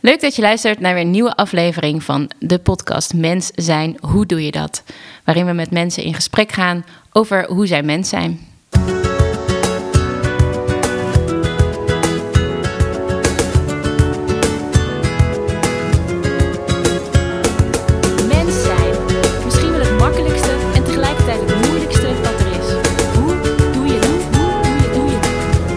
Leuk dat je luistert naar weer een nieuwe aflevering van de podcast Mens Zijn, Hoe Doe Je Dat? Waarin we met mensen in gesprek gaan over hoe zij mens zijn. Mens zijn, misschien wel het makkelijkste en tegelijkertijd het moeilijkste wat er is. Hoe doe je dat? Hoe doe je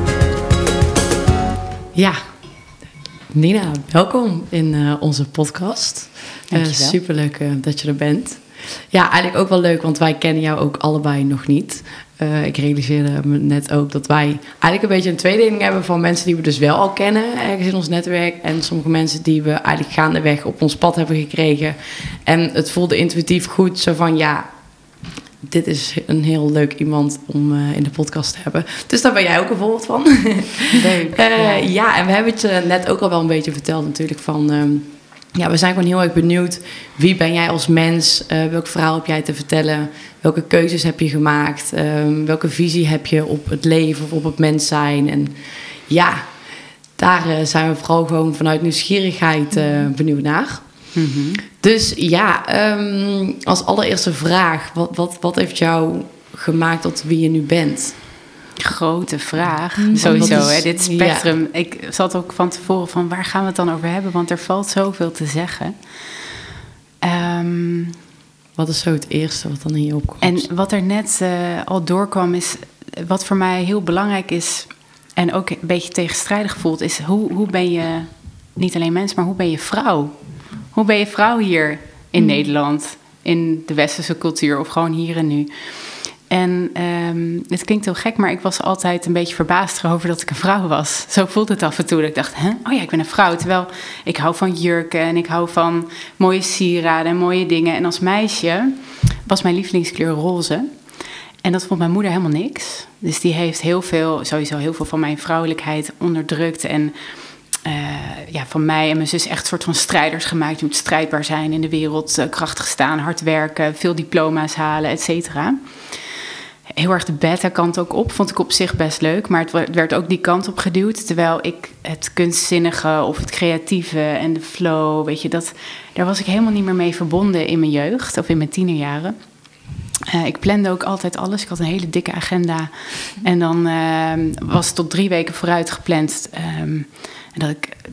dat? Ja, Nina, welkom in onze podcast. Superleuk dat je er bent. Ja, eigenlijk ook wel leuk, want wij kennen jou ook allebei nog niet. Ik realiseerde me net ook dat wij eigenlijk een beetje een tweedeling hebben van mensen die we dus wel al kennen ergens in ons netwerk. En sommige mensen die we eigenlijk gaandeweg op ons pad hebben gekregen. En het voelde intuïtief goed, zo van ja, dit is een heel leuk iemand om in de podcast te hebben. Dus daar ben jij ook een voorbeeld van. Leuk. Ja, en we hebben het je net ook al wel een beetje verteld natuurlijk van... we zijn gewoon heel erg benieuwd. Wie ben jij als mens? Welk verhaal heb jij te vertellen? Welke keuzes heb je gemaakt? Welke visie heb je op het leven of op het mens zijn? En ja, daar zijn we vooral gewoon vanuit nieuwsgierigheid benieuwd naar. Mm-hmm. Dus ja, als allereerste vraag. Wat heeft jou gemaakt tot wie je nu bent? Grote vraag, sowieso, hè, dit spectrum. Ja. Ik zat ook van tevoren van waar gaan we het dan over hebben? Want er valt zoveel te zeggen. Wat is zo het eerste wat dan in je opkomt? En wat er net al doorkwam is, wat voor mij heel belangrijk is... en ook een beetje tegenstrijdig voelt, is hoe ben je niet alleen mens, maar hoe ben je vrouw? Hoe ben je vrouw hier in Nederland, in de westerse cultuur of gewoon hier en nu? En het klinkt heel gek, maar ik was altijd een beetje verbaasd erover dat ik een vrouw was. Zo voelt het af en toe. Dat ik dacht, oh ja, ik ben een vrouw. Terwijl ik hou van jurken en ik hou van mooie sieraden en mooie dingen. En als meisje was mijn lievelingskleur roze. En dat vond mijn moeder helemaal niks. Dus die heeft sowieso heel veel van mijn vrouwelijkheid onderdrukt. En van mij en mijn zus echt een soort van strijders gemaakt. Je moet strijdbaar zijn in de wereld, krachtig staan, hard werken, veel diploma's halen, et cetera. Heel erg de beta-kant ook op, vond ik op zich best leuk. Maar het werd ook die kant op geduwd. Terwijl ik het kunstzinnige of het creatieve en de flow, weet je, daar was ik helemaal niet meer mee verbonden in mijn jeugd of in mijn tienerjaren. Ik plande ook altijd alles. Ik had een hele dikke agenda. En dan was het tot 3 weken vooruit gepland. En dat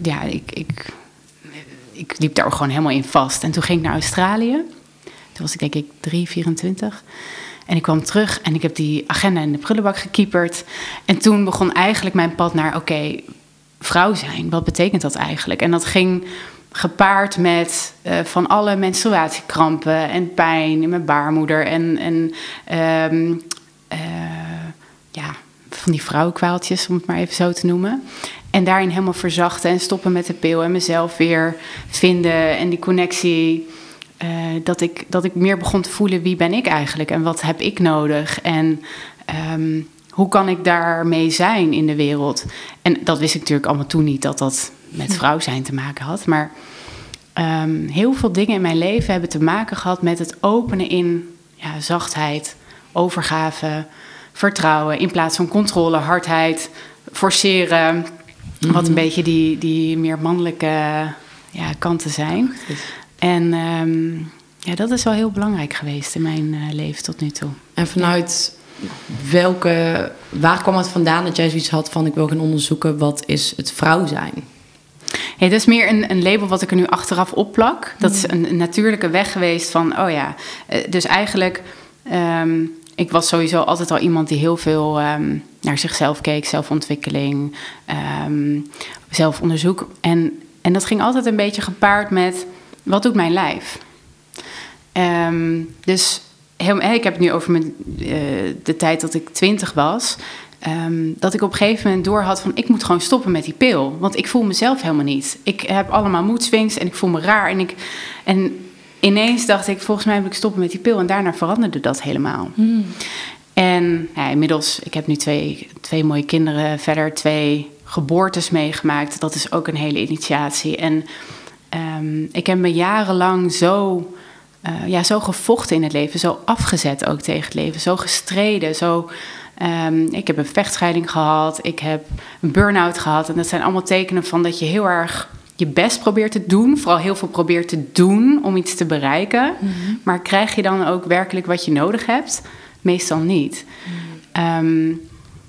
ik liep daar ook gewoon helemaal in vast. En toen ging ik naar Australië. Toen was ik denk ik 24. En ik kwam terug en ik heb die agenda in de prullenbak gekieperd. En toen begon eigenlijk mijn pad naar, vrouw zijn. Wat betekent dat eigenlijk? En dat ging gepaard met van alle menstruatiekrampen en pijn in mijn baarmoeder. En van die vrouwenkwaaltjes, om het maar even zo te noemen. En daarin helemaal verzachten en stoppen met de pil en mezelf weer vinden. En die connectie... Dat ik meer begon te voelen, wie ben ik eigenlijk en wat heb ik nodig en hoe kan ik daarmee zijn in de wereld. En dat wist ik natuurlijk allemaal toen niet dat met vrouw zijn te maken had. Maar heel veel dingen in mijn leven hebben te maken gehad met het openen in zachtheid, overgave, vertrouwen in plaats van controle, hardheid, forceren. Wat een beetje die meer mannelijke kanten zijn. En dat is wel heel belangrijk geweest in mijn leven tot nu toe. En vanuit waar kwam het vandaan dat jij zoiets had van ik wil gaan onderzoeken wat is het vrouw zijn? Ja, dat is meer een label wat ik er nu achteraf opplak. Dat is een natuurlijke weg geweest van dus eigenlijk... ik was sowieso altijd al iemand die heel veel naar zichzelf keek, zelfontwikkeling, zelfonderzoek. En dat ging altijd een beetje gepaard met... Wat doet mijn lijf? Ik heb het nu over de tijd dat ik 20 was. Dat ik op een gegeven moment doorhad van... ik moet gewoon stoppen met die pil. Want ik voel mezelf helemaal niet. Ik heb allemaal moedswings en ik voel me raar. En ineens dacht ik, volgens mij moet ik stoppen met die pil. En daarna veranderde dat helemaal. En inmiddels, ik heb nu twee mooie kinderen verder. 2 geboortes meegemaakt. Dat is ook een hele initiatie. En... ik heb me jarenlang zo gevochten in het leven. Zo afgezet ook tegen het leven. Zo gestreden. Ik heb een vechtscheiding gehad. Ik heb een burn-out gehad. En dat zijn allemaal tekenen van dat je heel erg je best probeert te doen. Vooral heel veel probeert te doen om iets te bereiken. Mm-hmm. Maar krijg je dan ook werkelijk wat je nodig hebt? Meestal niet. Mm-hmm.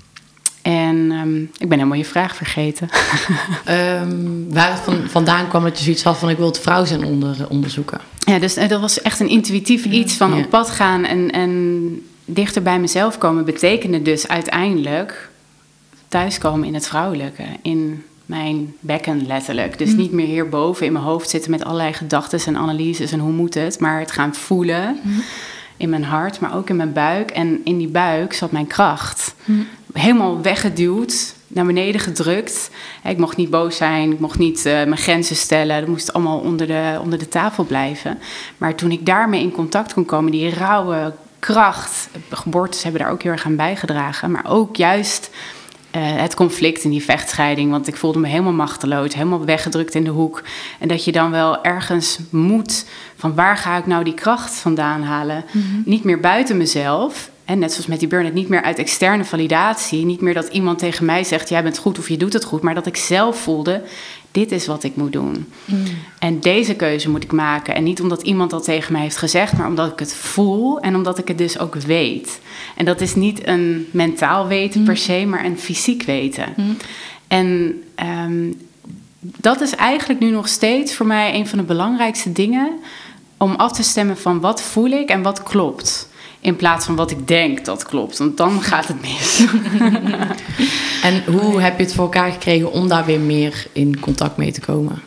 Ik ben helemaal je vraag vergeten. Waar het vandaan kwam dat je zoiets had van... ik wil het vrouw zijn onderzoeken. Ja, dus dat was echt een intuïtief iets van op pad gaan... en dichter bij mezelf komen... betekende dus uiteindelijk thuiskomen in het vrouwelijke. In mijn bekken letterlijk. Dus niet meer hierboven in mijn hoofd zitten... met allerlei gedachten en analyses en hoe moet het... maar het gaan voelen in mijn hart, maar ook in mijn buik. En in die buik zat mijn kracht... helemaal weggeduwd, naar beneden gedrukt. Ik mocht niet boos zijn, ik mocht niet mijn grenzen stellen. Dat moest allemaal onder de tafel blijven. Maar toen ik daarmee in contact kon komen, die rauwe kracht... geboortes hebben daar ook heel erg aan bijgedragen. Maar ook juist het conflict en die vechtscheiding. Want ik voelde me helemaal machteloos, helemaal weggedrukt in de hoek. En dat je dan wel ergens moet... van waar ga ik nou die kracht vandaan halen? Mm-hmm. Niet meer buiten mezelf... En net zoals met die burn-out, niet meer uit externe validatie. Niet meer dat iemand tegen mij zegt, jij bent goed of je doet het goed. Maar dat ik zelf voelde, dit is wat ik moet doen. En deze keuze moet ik maken. En niet omdat iemand dat tegen mij heeft gezegd, maar omdat ik het voel. En omdat ik het dus ook weet. En dat is niet een mentaal weten per se, maar een fysiek weten. En dat is eigenlijk nu nog steeds voor mij een van de belangrijkste dingen... om af te stemmen van wat voel ik en wat klopt... in plaats van wat ik denk dat klopt. Want dan gaat het mis. En hoe heb je het voor elkaar gekregen... om daar weer meer in contact mee te komen?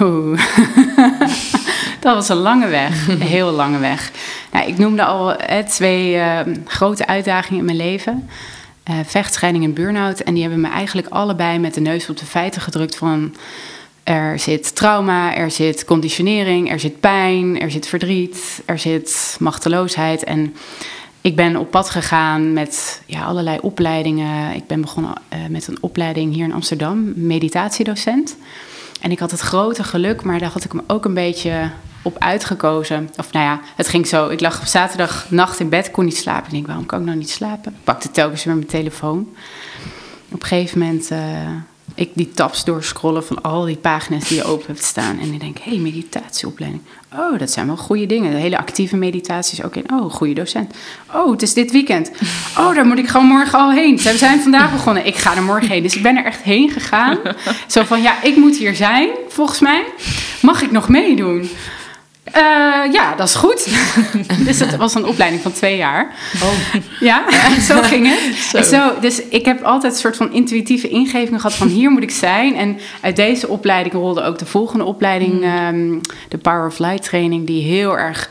Dat was een lange weg. Een heel lange weg. Nou, ik noemde al 2 grote uitdagingen in mijn leven. Vechtscheiding en burn-out. En die hebben me eigenlijk allebei met de neus op de feiten gedrukt van... er zit trauma, er zit conditionering, er zit pijn, er zit verdriet, er zit machteloosheid. En ik ben op pad gegaan met allerlei opleidingen. Ik ben begonnen met een opleiding hier in Amsterdam, meditatiedocent. En ik had het grote geluk, maar daar had ik me ook een beetje op uitgekozen. Of het ging zo. Ik lag op zaterdagnacht in bed, kon niet slapen. Ik denk, waarom kan ik nou niet slapen? Ik pakte telkens weer mijn telefoon. Op een gegeven moment... ik die tabs doorscrollen van al die pagina's die je open hebt staan. En ik denk, meditatieopleiding. Oh, dat zijn wel goede dingen. De hele actieve meditatie is ook in. Oh, goede docent. Oh, het is dit weekend. Oh, daar moet ik gewoon morgen al heen. We zijn vandaag begonnen. Ik ga er morgen heen. Dus ik ben er echt heen gegaan. Zo van, ik moet hier zijn, volgens mij. Mag ik nog meedoen? Ja, dat is goed. Dus het was een opleiding van 2 jaar. Oh. Ja, zo ging het. Dus ik heb altijd een soort van intuïtieve ingeving gehad van hier moet ik zijn. En uit deze opleiding rolde ook de volgende opleiding, de Power of Light training, die heel erg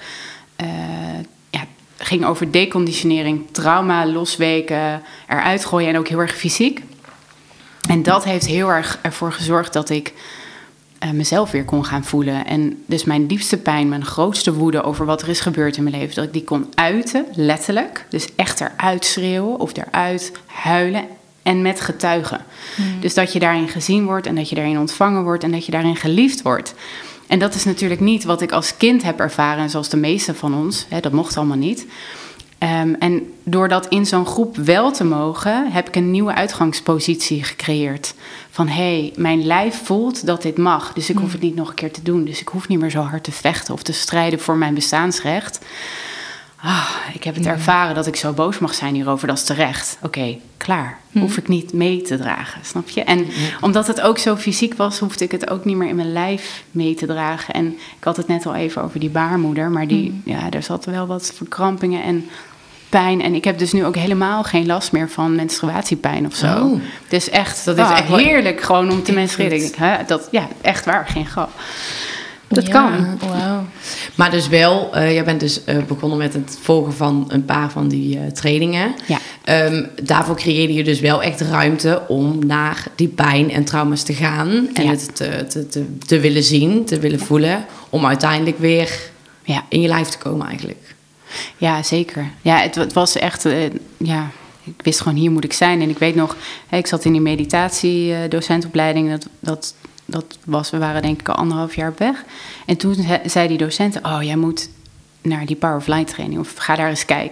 ging over deconditionering, trauma, losweken, eruit gooien en ook heel erg fysiek. En dat heeft heel erg ervoor gezorgd dat ik mezelf weer kon gaan voelen. En dus mijn diepste pijn, mijn grootste woede over wat er is gebeurd in mijn leven, dat ik die kon uiten, letterlijk. Dus echt eruit schreeuwen of eruit huilen en met getuigen. Dus dat je daarin gezien wordt en dat je daarin ontvangen wordt en dat je daarin geliefd wordt. En dat is natuurlijk niet wat ik als kind heb ervaren, zoals de meeste van ons. Dat mocht allemaal niet. En door dat in zo'n groep wel te mogen, heb ik een nieuwe uitgangspositie gecreëerd. Van mijn lijf voelt dat dit mag, dus ik hoef het niet nog een keer te doen. Dus ik hoef niet meer zo hard te vechten of te strijden voor mijn bestaansrecht. Ik heb het ervaren dat ik zo boos mag zijn hierover, dat is terecht. Oké, klaar. Hoef ik niet mee te dragen, snap je? En omdat het ook zo fysiek was, hoefde ik het ook niet meer in mijn lijf mee te dragen. En ik had het net al even over die baarmoeder, maar daar zat wel wat verkrampingen en pijn. En ik heb dus nu ook helemaal geen last meer van menstruatiepijn of zo. Oh. Dus echt, dat is echt heerlijk gewoon om te menstrueren. Dat, echt waar, geen grap. Dat kan. Wow. Maar dus wel, jij bent dus begonnen met het volgen van een paar van die trainingen. Ja. Daarvoor creëerde je dus wel echt ruimte om naar die pijn en trauma's te gaan. En het te willen zien, te willen voelen. Om uiteindelijk weer in je lijf te komen eigenlijk. Ja, zeker. Ja, het was echt... ik wist gewoon, hier moet ik zijn. En ik weet nog, ik zat in die meditatiedocentopleiding. We waren denk ik al 1,5 jaar op weg. En toen zei die docent, jij moet naar die Power of Light training. Of ga daar eens kijken.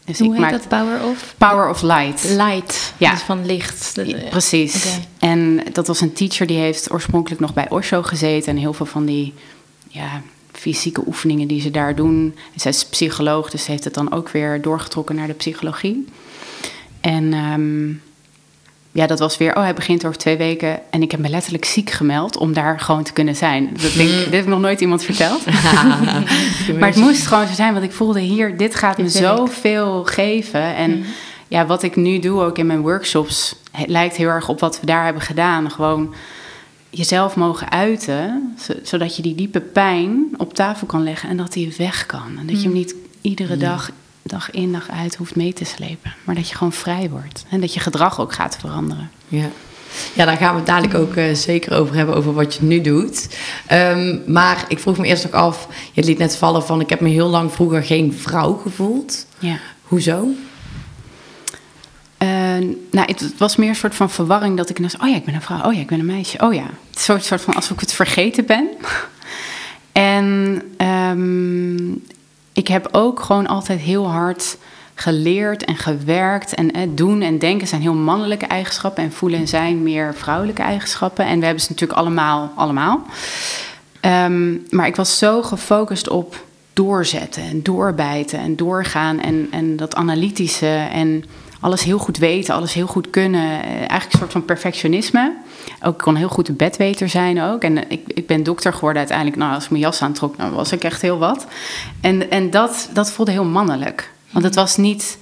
Dus hoe heet dat? Power of? Power of Light. Light, ja. dus van licht. Precies. Okay. En dat was een teacher die heeft oorspronkelijk nog bij Osho gezeten. En heel veel van die fysieke oefeningen die ze daar doen. En zij is psycholoog, dus ze heeft het dan ook weer doorgetrokken naar de psychologie. En dat was weer, hij begint over 2 weken. En ik heb me letterlijk ziek gemeld om daar gewoon te kunnen zijn. Dit heeft nog nooit iemand verteld. Maar het moest gewoon zo zijn, want ik voelde hier, dit gaat me zoveel geven. En wat ik nu doe, ook in mijn workshops, het lijkt heel erg op wat we daar hebben gedaan. Gewoon jezelf mogen uiten, zodat je die diepe pijn op tafel kan leggen en dat die weg kan. En dat je hem niet iedere dag in, dag uit hoeft mee te slepen. Maar dat je gewoon vrij wordt. En dat je gedrag ook gaat veranderen. Ja, daar gaan we het dadelijk ook zeker over hebben, over wat je nu doet. Maar ik vroeg me eerst nog af, je liet net vallen van, ik heb me heel lang vroeger geen vrouw gevoeld. Ja. Hoezo? Het was meer een soort van verwarring dat ik dacht, ik ben een vrouw, ik ben een meisje, Het is een soort van alsof ik het vergeten ben. En ik heb ook gewoon altijd heel hard geleerd en gewerkt. En doen en denken zijn heel mannelijke eigenschappen. En voelen en zijn meer vrouwelijke eigenschappen. En we hebben ze natuurlijk allemaal. Maar ik was zo gefocust op doorzetten en doorbijten en doorgaan. En dat analytische en alles heel goed weten, alles heel goed kunnen. Eigenlijk een soort van perfectionisme. Ook, ik kon heel goed een bedweter zijn ook. En ik ben dokter geworden uiteindelijk. Nou, als ik mijn jas aantrok, dan was ik echt heel wat. En dat voelde heel mannelijk. Want het was niet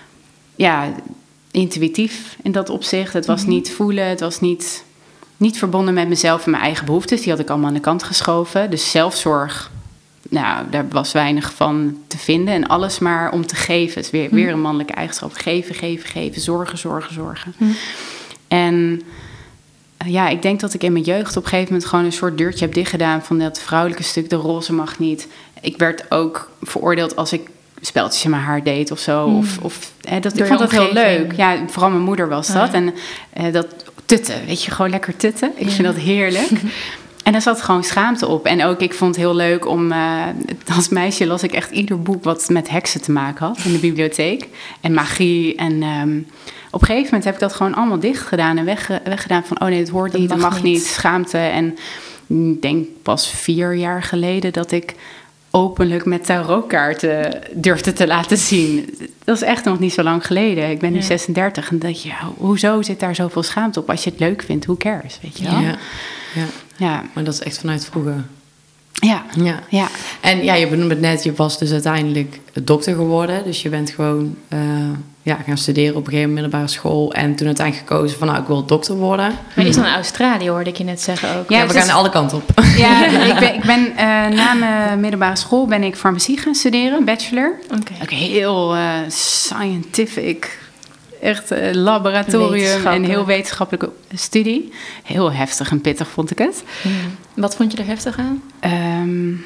intuïtief in dat opzicht. Het was niet voelen. Het was niet verbonden met mezelf en mijn eigen behoeftes. Die had ik allemaal aan de kant geschoven. Dus zelfzorg, daar was weinig van te vinden. En alles maar om te geven. Het is weer een mannelijke eigenschap. Geven. Zorgen. En ik denk dat ik in mijn jeugd op een gegeven moment gewoon een soort deurtje heb dichtgedaan van dat vrouwelijke stuk, de roze mag niet. Ik werd ook veroordeeld als ik speltjes in mijn haar deed of zo. Ik vond dat heel leuk. Ja, vooral mijn moeder was dat. En dat tutten, weet je, gewoon lekker tutten. Ik vind dat heerlijk. En daar zat gewoon schaamte op. En ook, ik vond het heel leuk om... als meisje las ik echt ieder boek wat met heksen te maken had in de bibliotheek. En magie. En op een gegeven moment heb ik dat gewoon allemaal dicht gedaan en weggedaan van... oh nee, het hoort niet, het mag niet, schaamte. En ik denk pas 4 jaar geleden dat ik openlijk met tarotkaarten durfde te laten zien. Dat is echt nog niet zo lang geleden. Ik ben nu 36 en dacht je, hoezo zit daar zoveel schaamte op? Als je het leuk vindt, who cares, weet je wel? Ja, maar dat is echt vanuit vroeger. Ja. En je benoemde het net, je was dus uiteindelijk dokter geworden. Dus je bent gewoon gaan studeren op een gegeven moment middelbare school. En toen uiteindelijk gekozen van, ik wil dokter worden. Maar is dan in Australië, hoorde ik je net zeggen ook. Ja, we gaan alle kanten op. Ja, ik ben na mijn middelbare school ben ik farmacie gaan studeren, bachelor. Ook heel scientific, echt laboratorium en heel wetenschappelijke studie. Heel heftig en pittig vond ik het. Wat vond je er heftig aan?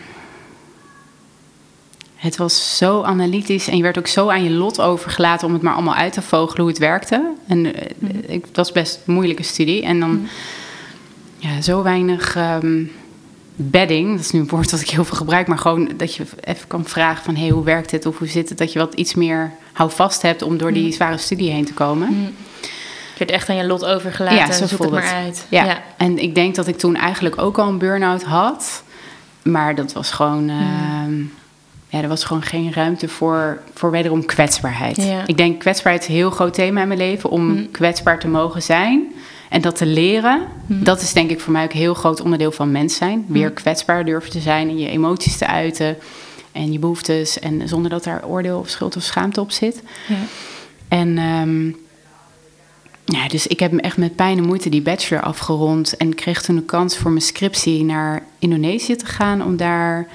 Het was zo analytisch en je werd ook zo aan je lot overgelaten om het maar allemaal uit te vogelen hoe het werkte. En het was best een moeilijke studie. En dan zo weinig bedding, dat is nu een woord dat ik heel veel gebruik, maar gewoon dat je even kan vragen van hoe werkt het of hoe zit het, dat je wat iets meer houvast hebt om door die zware studie heen te komen. Je werd echt aan je lot overgelaten en zoek het maar uit. Ja, en ik denk dat ik toen eigenlijk ook al een burn-out had, maar dat was gewoon... er was gewoon geen ruimte voor wederom kwetsbaarheid. Ja. Ik denk kwetsbaarheid is een heel groot thema in mijn leven, om kwetsbaar te mogen zijn en dat te leren. Dat is denk ik voor mij ook een heel groot onderdeel van mens zijn. Weer kwetsbaar durven te zijn en je emoties te uiten en je behoeftes, en zonder dat daar oordeel of schuld of schaamte op zit. Ja. En dus ik heb echt met pijn en moeite die bachelor afgerond en kreeg toen de kans voor mijn scriptie naar Indonesië te gaan om daar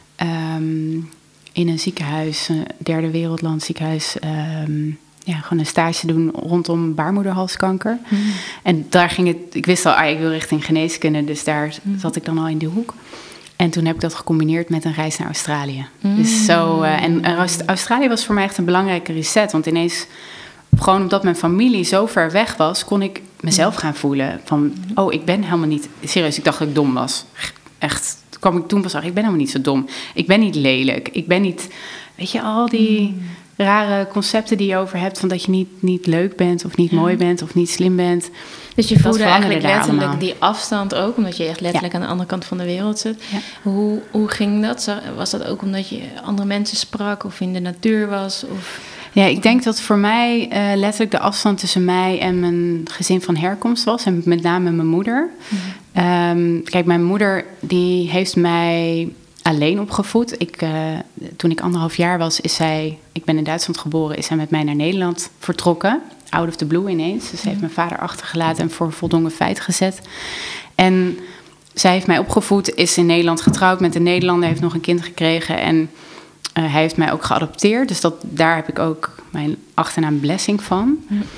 in een ziekenhuis, een derde wereldland ziekenhuis, gewoon een stage doen rondom baarmoederhalskanker. En daar ging het, ik wist al, ik wil richting geneeskunde, dus daar zat ik dan al in die hoek. En toen heb ik dat gecombineerd met een reis naar Australië. Dus zo, en Australië was voor mij echt een belangrijke reset, want ineens, gewoon omdat mijn familie zo ver weg was, kon ik mezelf gaan voelen van, ik ben helemaal niet, serieus, ik dacht dat ik dom was. Echt, kwam ik toen pas achter, ik ben helemaal niet zo dom. Ik ben niet lelijk. Ik ben niet, weet je, al die rare concepten die je over hebt, van dat je niet leuk bent of niet mooi bent of niet slim bent. Dus je voelde eigenlijk letterlijk allemaal die afstand ook, omdat je echt letterlijk aan de andere kant van de wereld zit. Ja. Hoe ging dat? Was dat ook omdat je andere mensen sprak of in de natuur was? Of... Ja, ik denk dat voor mij letterlijk de afstand tussen mij en mijn gezin van herkomst was. En met name mijn moeder. Mm-hmm. Kijk, mijn moeder die heeft mij alleen opgevoed. Toen ik 1,5 jaar was, ik ben in Duitsland geboren, is zij met mij naar Nederland vertrokken. Out of the blue ineens. Dus ze heeft mijn vader achtergelaten en voor voldongen feit gezet. En zij heeft mij opgevoed, is in Nederland getrouwd met een Nederlander, heeft nog een kind gekregen en hij heeft mij ook geadopteerd. Dus daar heb ik ook mijn achternaam Blessing van.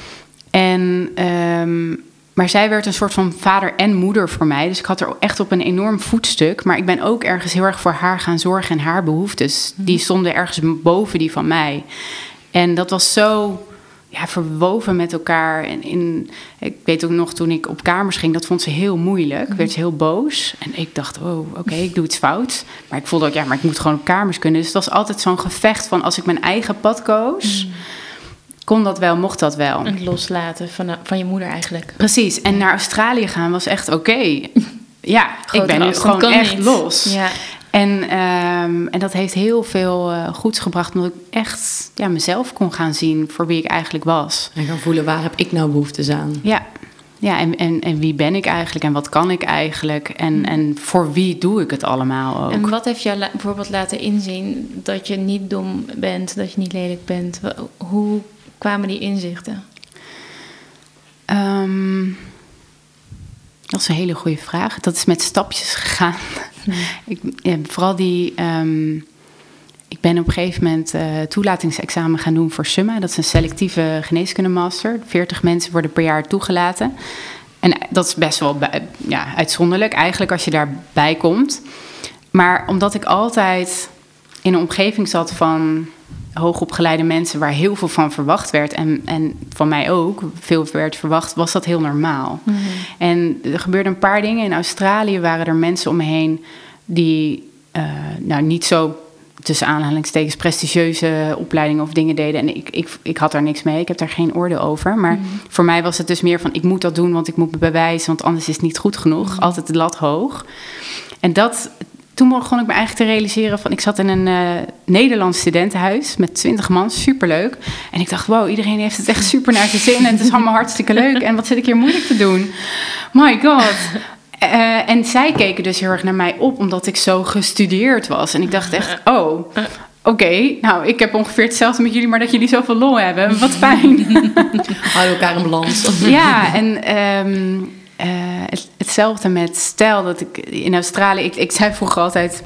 Maar zij werd een soort van vader en moeder voor mij. Dus ik had er echt op een enorm voetstuk. Maar ik ben ook ergens heel erg voor haar gaan zorgen en haar behoeftes. Die stonden ergens boven die van mij. En dat was zo verwoven met elkaar. Ik weet ook nog, toen ik op kamers ging, dat vond ze heel moeilijk. Werd ze heel boos. En ik dacht, oké, ik doe iets fout. Maar ik voelde ook, maar ik moet gewoon op kamers kunnen. Dus het was altijd zo'n gevecht van, als ik mijn eigen pad koos, kon dat wel, mocht dat wel. Het loslaten van je moeder eigenlijk. Precies. En naar Australië gaan was echt oké. Ja, ik ben nu gewoon echt los. Ja. En dat heeft heel veel goeds gebracht, omdat ik echt mezelf kon gaan zien voor wie ik eigenlijk was. En gaan voelen, waar heb ik nou behoeftes aan? Ja, en wie ben ik eigenlijk en wat kan ik eigenlijk? En voor wie doe ik het allemaal ook? En wat heeft jou bijvoorbeeld laten inzien dat je niet dom bent, dat je niet lelijk bent? Hoe kwamen die inzichten? Dat is een hele goede vraag. Dat is met stapjes gegaan. Vooral ik ben op een gegeven moment toelatingsexamen gaan doen voor SUMMA. Dat is een selectieve geneeskundemaster. 40 mensen worden per jaar toegelaten. En dat is best wel uitzonderlijk eigenlijk als je daarbij komt. Maar omdat ik altijd in een omgeving zat van hoogopgeleide mensen waar heel veel van verwacht werd en van mij ook veel werd verwacht, was dat heel normaal. Mm-hmm. En er gebeurden een paar dingen. In Australië waren er mensen om me heen die niet zo tussen aanhalingstekens prestigieuze opleidingen of dingen deden. En ik had daar niks mee. Ik heb daar geen oordeel over. Maar voor mij was het dus meer van, ik moet dat doen, want ik moet me bewijzen, want anders is het niet goed genoeg. Altijd de lat hoog. En toen begon ik me eigenlijk te realiseren van, ik zat in een Nederlands studentenhuis met 20 man, superleuk. En ik dacht, wow, iedereen heeft het echt super naar zijn zin en het is allemaal hartstikke leuk. En wat zit ik hier moeilijk te doen? My god. En zij keken dus heel erg naar mij op, omdat ik zo gestudeerd was. En ik dacht echt, oké, nou, ik heb ongeveer hetzelfde met jullie, maar dat jullie zoveel lol hebben. Wat fijn. Houden elkaar in balans. Ja, en hetzelfde met stijl. Dat ik in Australië, ik zei vroeger altijd,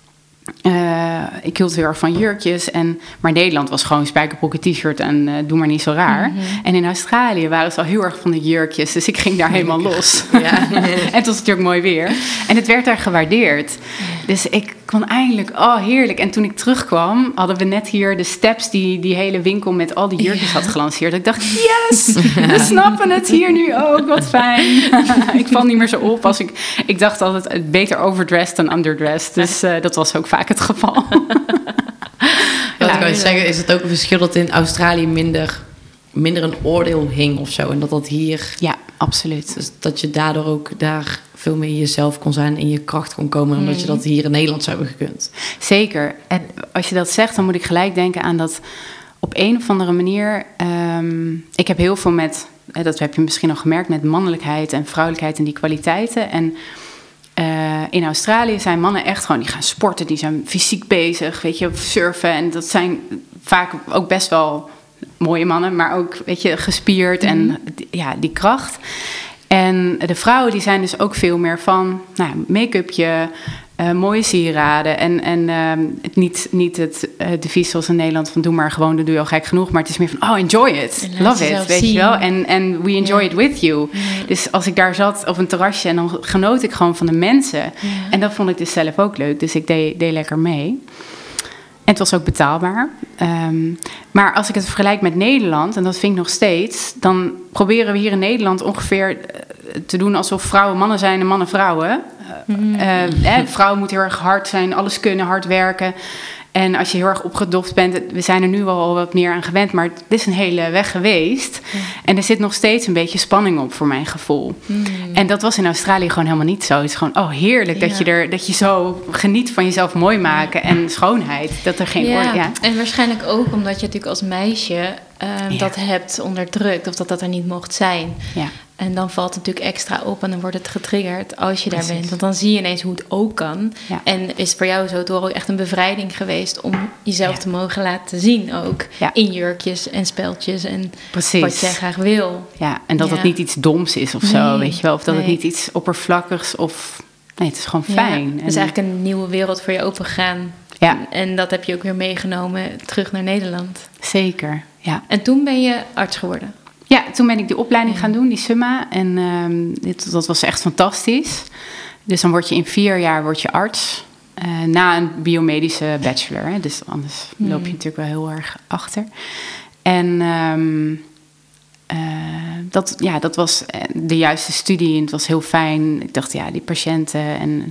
ik hield heel erg van jurkjes. Maar Nederland was gewoon spijkerbroeken, t-shirt en doe maar niet zo raar. Mm-hmm. En in Australië waren ze al heel erg van de jurkjes. Dus ik ging daar helemaal los. Ja. En het was natuurlijk mooi weer. En het werd daar gewaardeerd. Dus ik kon eindelijk, heerlijk. En toen ik terugkwam, hadden we net hier de Steps die hele winkel met al die jurkjes had gelanceerd. Ik dacht, yes, we snappen het hier nu ook, wat fijn. Ik val niet meer zo op als ik dacht altijd beter overdressed dan underdressed. Dus dat was ook vaak het geval. Wat ik wil zeggen, is het ook een verschil dat in Australië minder een oordeel hing of zo. En dat hier... Ja, absoluut. Dus dat je daardoor ook daar veel meer jezelf kon zijn en in je kracht kon komen, omdat je dat hier in Nederland zou hebben gekund. Zeker. En als je dat zegt, dan moet ik gelijk denken aan dat op een of andere manier... ik heb heel veel met, dat heb je misschien al gemerkt, met mannelijkheid en vrouwelijkheid en die kwaliteiten. En in Australië zijn mannen echt gewoon, die gaan sporten, die zijn fysiek bezig, weet je, surfen. En dat zijn vaak ook best wel mooie mannen, maar ook, weet je, gespierd en die kracht. En de vrouwen die zijn dus ook veel meer van make-upje, mooie sieraden en niet het devies zoals in Nederland van doe maar gewoon, dat doe je al gek genoeg, maar het is meer van enjoy it, love it, weet je wel, en we enjoy it with you. Dus als ik daar zat op een terrasje en dan genoot ik gewoon van de mensen en dat vond ik dus zelf ook leuk, dus ik deed lekker mee. En het was ook betaalbaar. Maar als ik het vergelijk met Nederland, en dat vind ik nog steeds, dan proberen we hier in Nederland ongeveer te doen alsof vrouwen mannen zijn en mannen vrouwen. Vrouwen moeten heel erg hard zijn, alles kunnen, hard werken. En als je heel erg opgedoft bent, we zijn er nu wel al wat meer aan gewend, maar het is een hele weg geweest. Ja. En er zit nog steeds een beetje spanning op voor mijn gevoel. En dat was in Australië gewoon helemaal niet zo. Het is gewoon, heerlijk dat je zo geniet van jezelf mooi maken en schoonheid. Dat er geen En waarschijnlijk ook omdat je natuurlijk als meisje dat hebt onderdrukt of dat er niet mocht zijn. Ja. En dan valt het natuurlijk extra op en dan wordt het getriggerd als je daar bent. Want dan zie je ineens hoe het ook kan. Ja. En is het voor jou zo door ook echt een bevrijding geweest om jezelf te mogen laten zien ook. Ja. In jurkjes en speldjes en wat jij graag wil. Ja, en dat het niet iets doms is of zo, weet je wel. Of dat het niet iets oppervlakkigs of... Nee, het is gewoon fijn. Het is eigenlijk een nieuwe wereld voor je opengegaan. Ja. En dat heb je ook weer meegenomen terug naar Nederland. Zeker, ja. En toen ben je arts geworden? Ja, toen ben ik die opleiding gaan doen, die SUMA. En dat was echt fantastisch. Dus dan word je in 4 jaar arts. Na een biomedische bachelor. Hè. Dus anders loop je natuurlijk wel heel erg achter. En dat was de juiste studie. En het was heel fijn. Ik dacht, die patiënten. En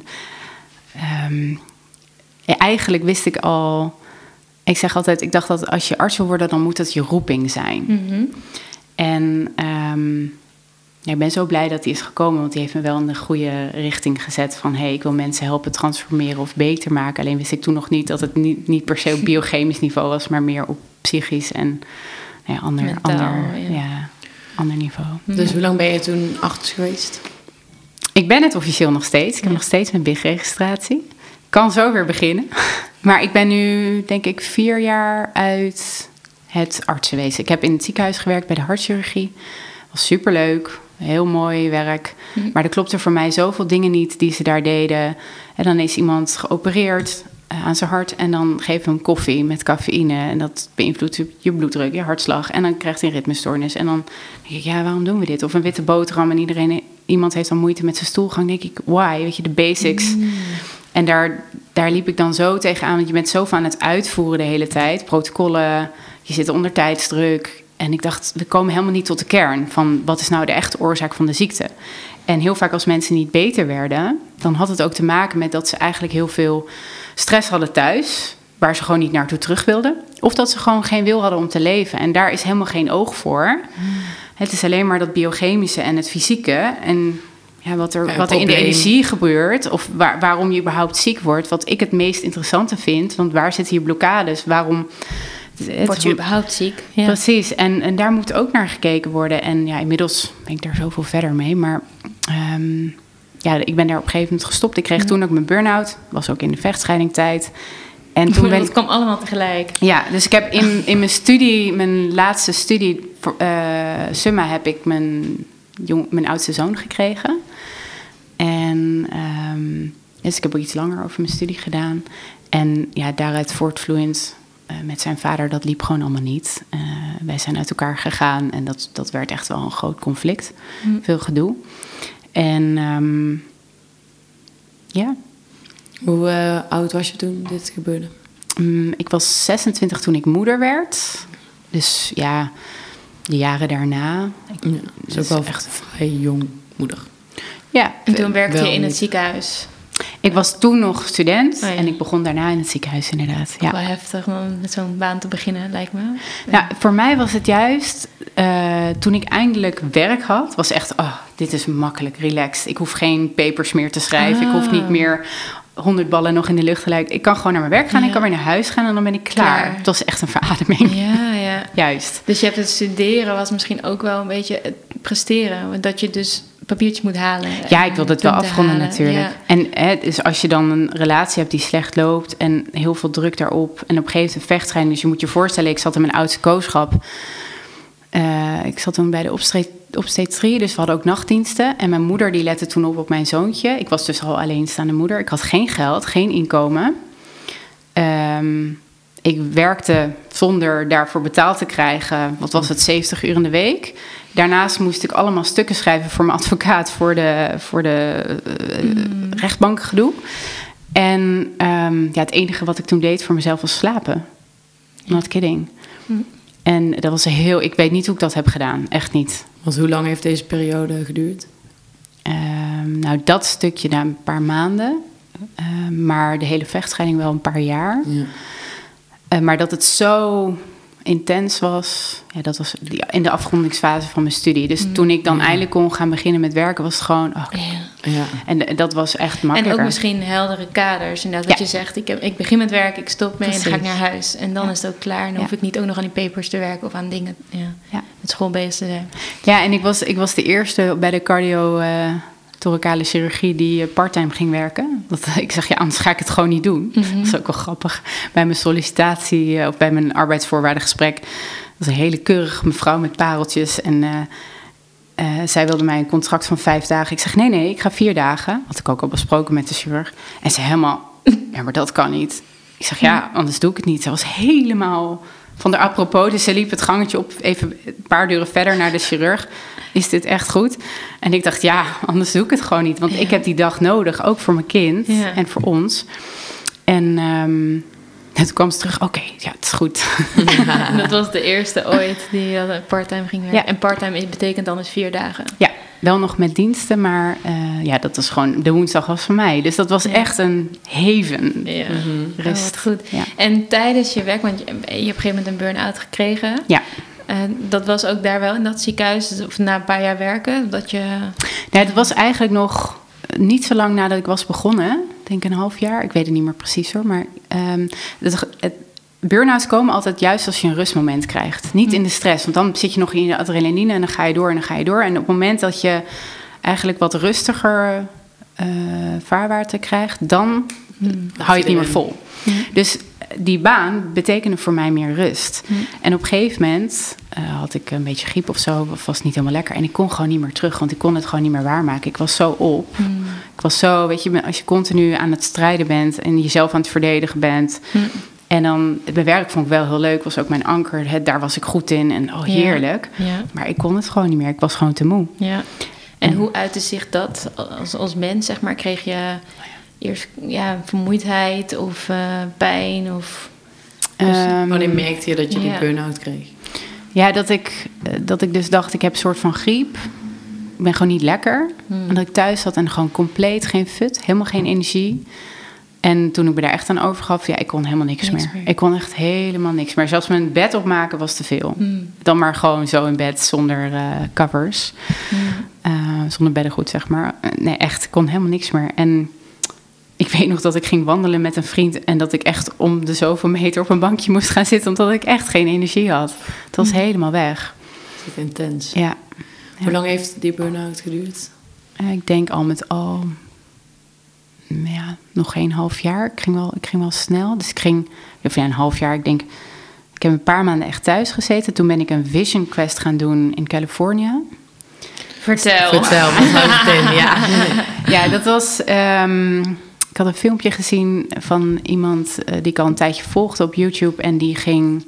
eigenlijk wist ik al... Ik zeg altijd, ik dacht dat als je arts wil worden, dan moet dat je roeping zijn. Mm-hmm. En ik ben zo blij dat die is gekomen, want die heeft me wel in de goede richting gezet van ik wil mensen helpen transformeren of beter maken. Alleen wist ik toen nog niet dat het niet per se op biochemisch niveau was, maar meer op psychisch en ander niveau. Dus hoe lang ben je toen arts geweest? Ik ben het officieel nog steeds. Ik heb nog steeds mijn BIG-registratie. Kan zo weer beginnen. Maar ik ben nu, denk ik, 4 jaar uit het artsenwezen. Ik heb in het ziekenhuis gewerkt bij de hartchirurgie. Was superleuk, heel mooi werk. Maar er klopten voor mij zoveel dingen niet die ze daar deden. En dan is iemand geopereerd aan zijn hart en dan geven we hem koffie met cafeïne. En dat beïnvloedt je bloeddruk, je hartslag. En dan krijgt hij een ritmestoornis. En dan denk ik, waarom doen we dit? Of een witte boterham en iemand heeft dan moeite met zijn stoelgang. Dan denk ik, why? Weet je, de basics. En daar liep ik dan zo tegenaan, want je bent zoveel aan het uitvoeren de hele tijd. Protocollen, je zit onder tijdsdruk. En ik dacht, we komen helemaal niet tot de kern van wat is nou de echte oorzaak van de ziekte. En heel vaak als mensen niet beter werden, dan had het ook te maken met dat ze eigenlijk heel veel stress hadden thuis, waar ze gewoon niet naartoe terug wilden. Of dat ze gewoon geen wil hadden om te leven. En daar is helemaal geen oog voor. Het is alleen maar dat biochemische en het fysieke. En wat er in de energie gebeurt, of waarom je überhaupt ziek wordt, wat ik het meest interessante vind. Want waar zitten hier blokkades? Waarom word je überhaupt ziek? Ja. Precies, en daar moet ook naar gekeken worden. En inmiddels ben ik daar zoveel verder mee. Maar ik ben daar op een gegeven moment gestopt. Ik kreeg toen ook mijn burn-out. Was ook in de vechtscheidingtijd. En toen dat kwam allemaal tegelijk. Ja, dus ik heb in mijn studie, mijn laatste studie, SUMA, heb ik mijn oudste zoon gekregen. En dus ik heb ook iets langer over mijn studie gedaan. En daaruit voortvloeiend met zijn vader, dat liep gewoon allemaal niet. Wij zijn uit elkaar gegaan en dat werd echt wel een groot conflict. Veel gedoe. En Hoe oud was je toen dit gebeurde? Ik was 26 toen ik moeder werd. Dus de jaren daarna. Dus ook wel echt vrij jong moeder. Ja. En toen werkte je in het ziekenhuis? Ik was toen nog student en ik begon daarna in het ziekenhuis inderdaad. Wel heftig om met zo'n baan te beginnen, lijkt me. Ja, voor mij was het juist, toen ik eindelijk werk had, was echt, dit is makkelijk, relaxed. Ik hoef geen papers meer te schrijven, ik hoef niet meer 100 ballen nog in de lucht te lijken. Ik kan gewoon naar mijn werk gaan, ik kan weer naar huis gaan en dan ben ik klaar. Het was echt een verademing. Ja. Juist. Dus je hebt het studeren was misschien ook wel een beetje het presteren, dat je dus papiertjes moet halen. Ja, ik wilde het wel afronden natuurlijk. Ja. En dus als je dan een relatie hebt die slecht loopt en heel veel druk daarop en op een gegeven moment een vechtscheiding. Dus je moet je voorstellen, ik zat in mijn oudste kooschap. Ik zat toen bij de obstetrie, dus we hadden ook nachtdiensten. En mijn moeder die lette toen op mijn zoontje. Ik was dus al alleenstaande moeder. Ik had geen geld, geen inkomen. Ik werkte zonder daarvoor betaald te krijgen. Wat was het, 70 uur in de week. Daarnaast moest ik allemaal stukken schrijven voor mijn advocaat voor de rechtbankgedoe. En het enige wat ik toen deed voor mezelf was slapen. Not kidding. En dat was ik weet niet hoe ik dat heb gedaan. Echt niet. Want hoe lang heeft deze periode geduurd? Dat stukje na een paar maanden. Maar de hele vechtscheiding wel een paar jaar. Ja. Maar dat het zo intens was, dat was in de afrondingsfase van mijn studie. Dus toen ik dan eindelijk kon gaan beginnen met werken, was het gewoon... En dat was echt makkelijker. En ook misschien heldere kaders. Inderdaad, wat je zegt, ik begin met werk, ik stop mee en dan ga ik naar huis. En dan is het ook klaar. Dan hoef ik niet ook nog aan die papers te werken of aan dingen met school bezig te zijn. Ja, en ik was de eerste bij de cardio-thoracale chirurgie die part-time ging werken. Ik zeg, anders ga ik het gewoon niet doen. Dat is ook wel grappig. Bij mijn sollicitatie of bij mijn arbeidsvoorwaardengesprek was een hele keurige mevrouw met pareltjes. En zij wilde mij een contract van 5 dagen. Ik zeg, nee, ik ga 4 dagen. Had ik ook al besproken met de chirurg. En ze helemaal, maar dat kan niet. Ik zeg, anders doe ik het niet. Ze was helemaal van de apropos. Dus ze liep het gangetje op, even een paar deuren verder naar de chirurg. Is dit echt goed? En ik dacht, anders doe ik het gewoon niet. Want ik heb die dag nodig, ook voor mijn kind en voor ons. En toen kwam ze terug, oké, het is goed. Dat was de eerste ooit die parttime ging werken. Ja. En parttime betekent dan 4 dagen. Ja, wel nog met diensten, maar dat was gewoon... De woensdag was voor mij. Dus dat was echt een haven. Ja, rust. Wat goed. Ja. En tijdens je werk, want je hebt op een gegeven moment een burn-out gekregen. Ja. Dat was ook daar wel in dat ziekenhuis, of na een paar jaar werken? Dat je... Nee, het was eigenlijk nog niet zo lang nadat ik was begonnen. Ik denk een half jaar. Ik weet het niet meer precies hoor. Maar burn-outs komen altijd juist als je een rustmoment krijgt. Niet in de stress, want dan zit je nog in de adrenaline en dan ga je door en dan ga je door. En op het moment dat je eigenlijk wat rustiger vaarwater krijgt, dan hou je het niet meer vol. Dus die baan betekende voor mij meer rust. En op een gegeven moment had ik een beetje griep of zo, of was het niet helemaal lekker. En ik kon gewoon niet meer terug, want ik kon het gewoon niet meer waarmaken. Ik was zo op. Ik was zo, weet je, als je continu aan het strijden bent en jezelf aan het verdedigen bent. En dan, mijn werk vond ik wel heel leuk, was ook mijn anker. Daar was ik goed in en heerlijk. Ja. Maar ik kon het gewoon niet meer, ik was gewoon te moe. Ja. En hoe uitte zich dat als mens, zeg maar? Kreeg je eerst vermoeidheid of pijn? Of wanneer merkte je dat je die burn-out kreeg? Ja, dat ik dus dacht, ik heb een soort van griep. Ik ben gewoon niet lekker. En dat ik thuis zat en gewoon compleet geen fut, helemaal geen energie. En toen ik me daar echt aan overgaf, ik kon helemaal niks meer. Ik kon echt helemaal niks meer. Zelfs mijn bed opmaken was te veel. Dan maar gewoon zo in bed zonder covers. Zonder beddengoed, zeg maar. Nee, echt, ik kon helemaal niks meer. En ik weet nog dat ik ging wandelen met een vriend en dat ik echt om de zoveel meter op een bankje moest gaan zitten, omdat ik echt geen energie had. Het was helemaal weg. Dat is intens. Ja. Hoe lang heeft die burn-out geduurd? Ik denk al met al... nog geen half jaar. Ik ging wel snel. Dus ik ging... een half jaar. Ik denk... Ik heb een paar maanden echt thuis gezeten. Toen ben ik een Vision Quest gaan doen in Californië. Vertel, wat houdt het in? Ja, dat was... ik had een filmpje gezien van iemand die ik al een tijdje volgde op YouTube. En die ging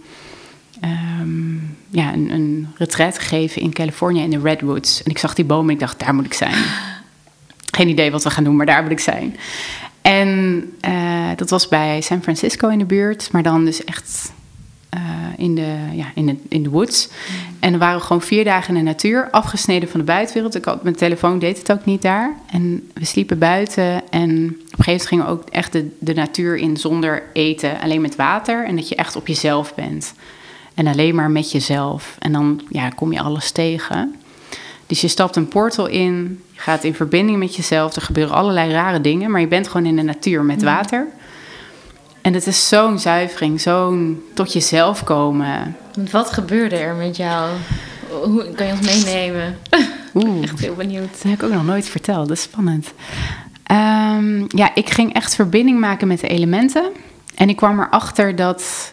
een retreat geven in Californië in de Redwoods. En ik zag die bomen en ik dacht, daar moet ik zijn. Geen idee wat we gaan doen, maar daar moet ik zijn. En dat was bij San Francisco in de buurt, maar dan dus echt in de woods. En we waren gewoon 4 dagen in de natuur, afgesneden van de buitenwereld. Mijn telefoon deed het ook niet daar. En we sliepen buiten en op een gegeven moment gingen we ook echt de natuur in zonder eten, alleen met water. En dat je echt op jezelf bent. En alleen maar met jezelf. En dan kom je alles tegen. Dus je stapt een portal in, je gaat in verbinding met jezelf. Er gebeuren allerlei rare dingen, maar je bent gewoon in de natuur met water. En het is zo'n zuivering, zo'n tot jezelf komen. Wat gebeurde er met jou? Hoe kan je ons meenemen? Echt heel benieuwd. Dat heb ik ook nog nooit verteld, dat is spannend. Ik ging echt verbinding maken met de elementen. En ik kwam erachter dat...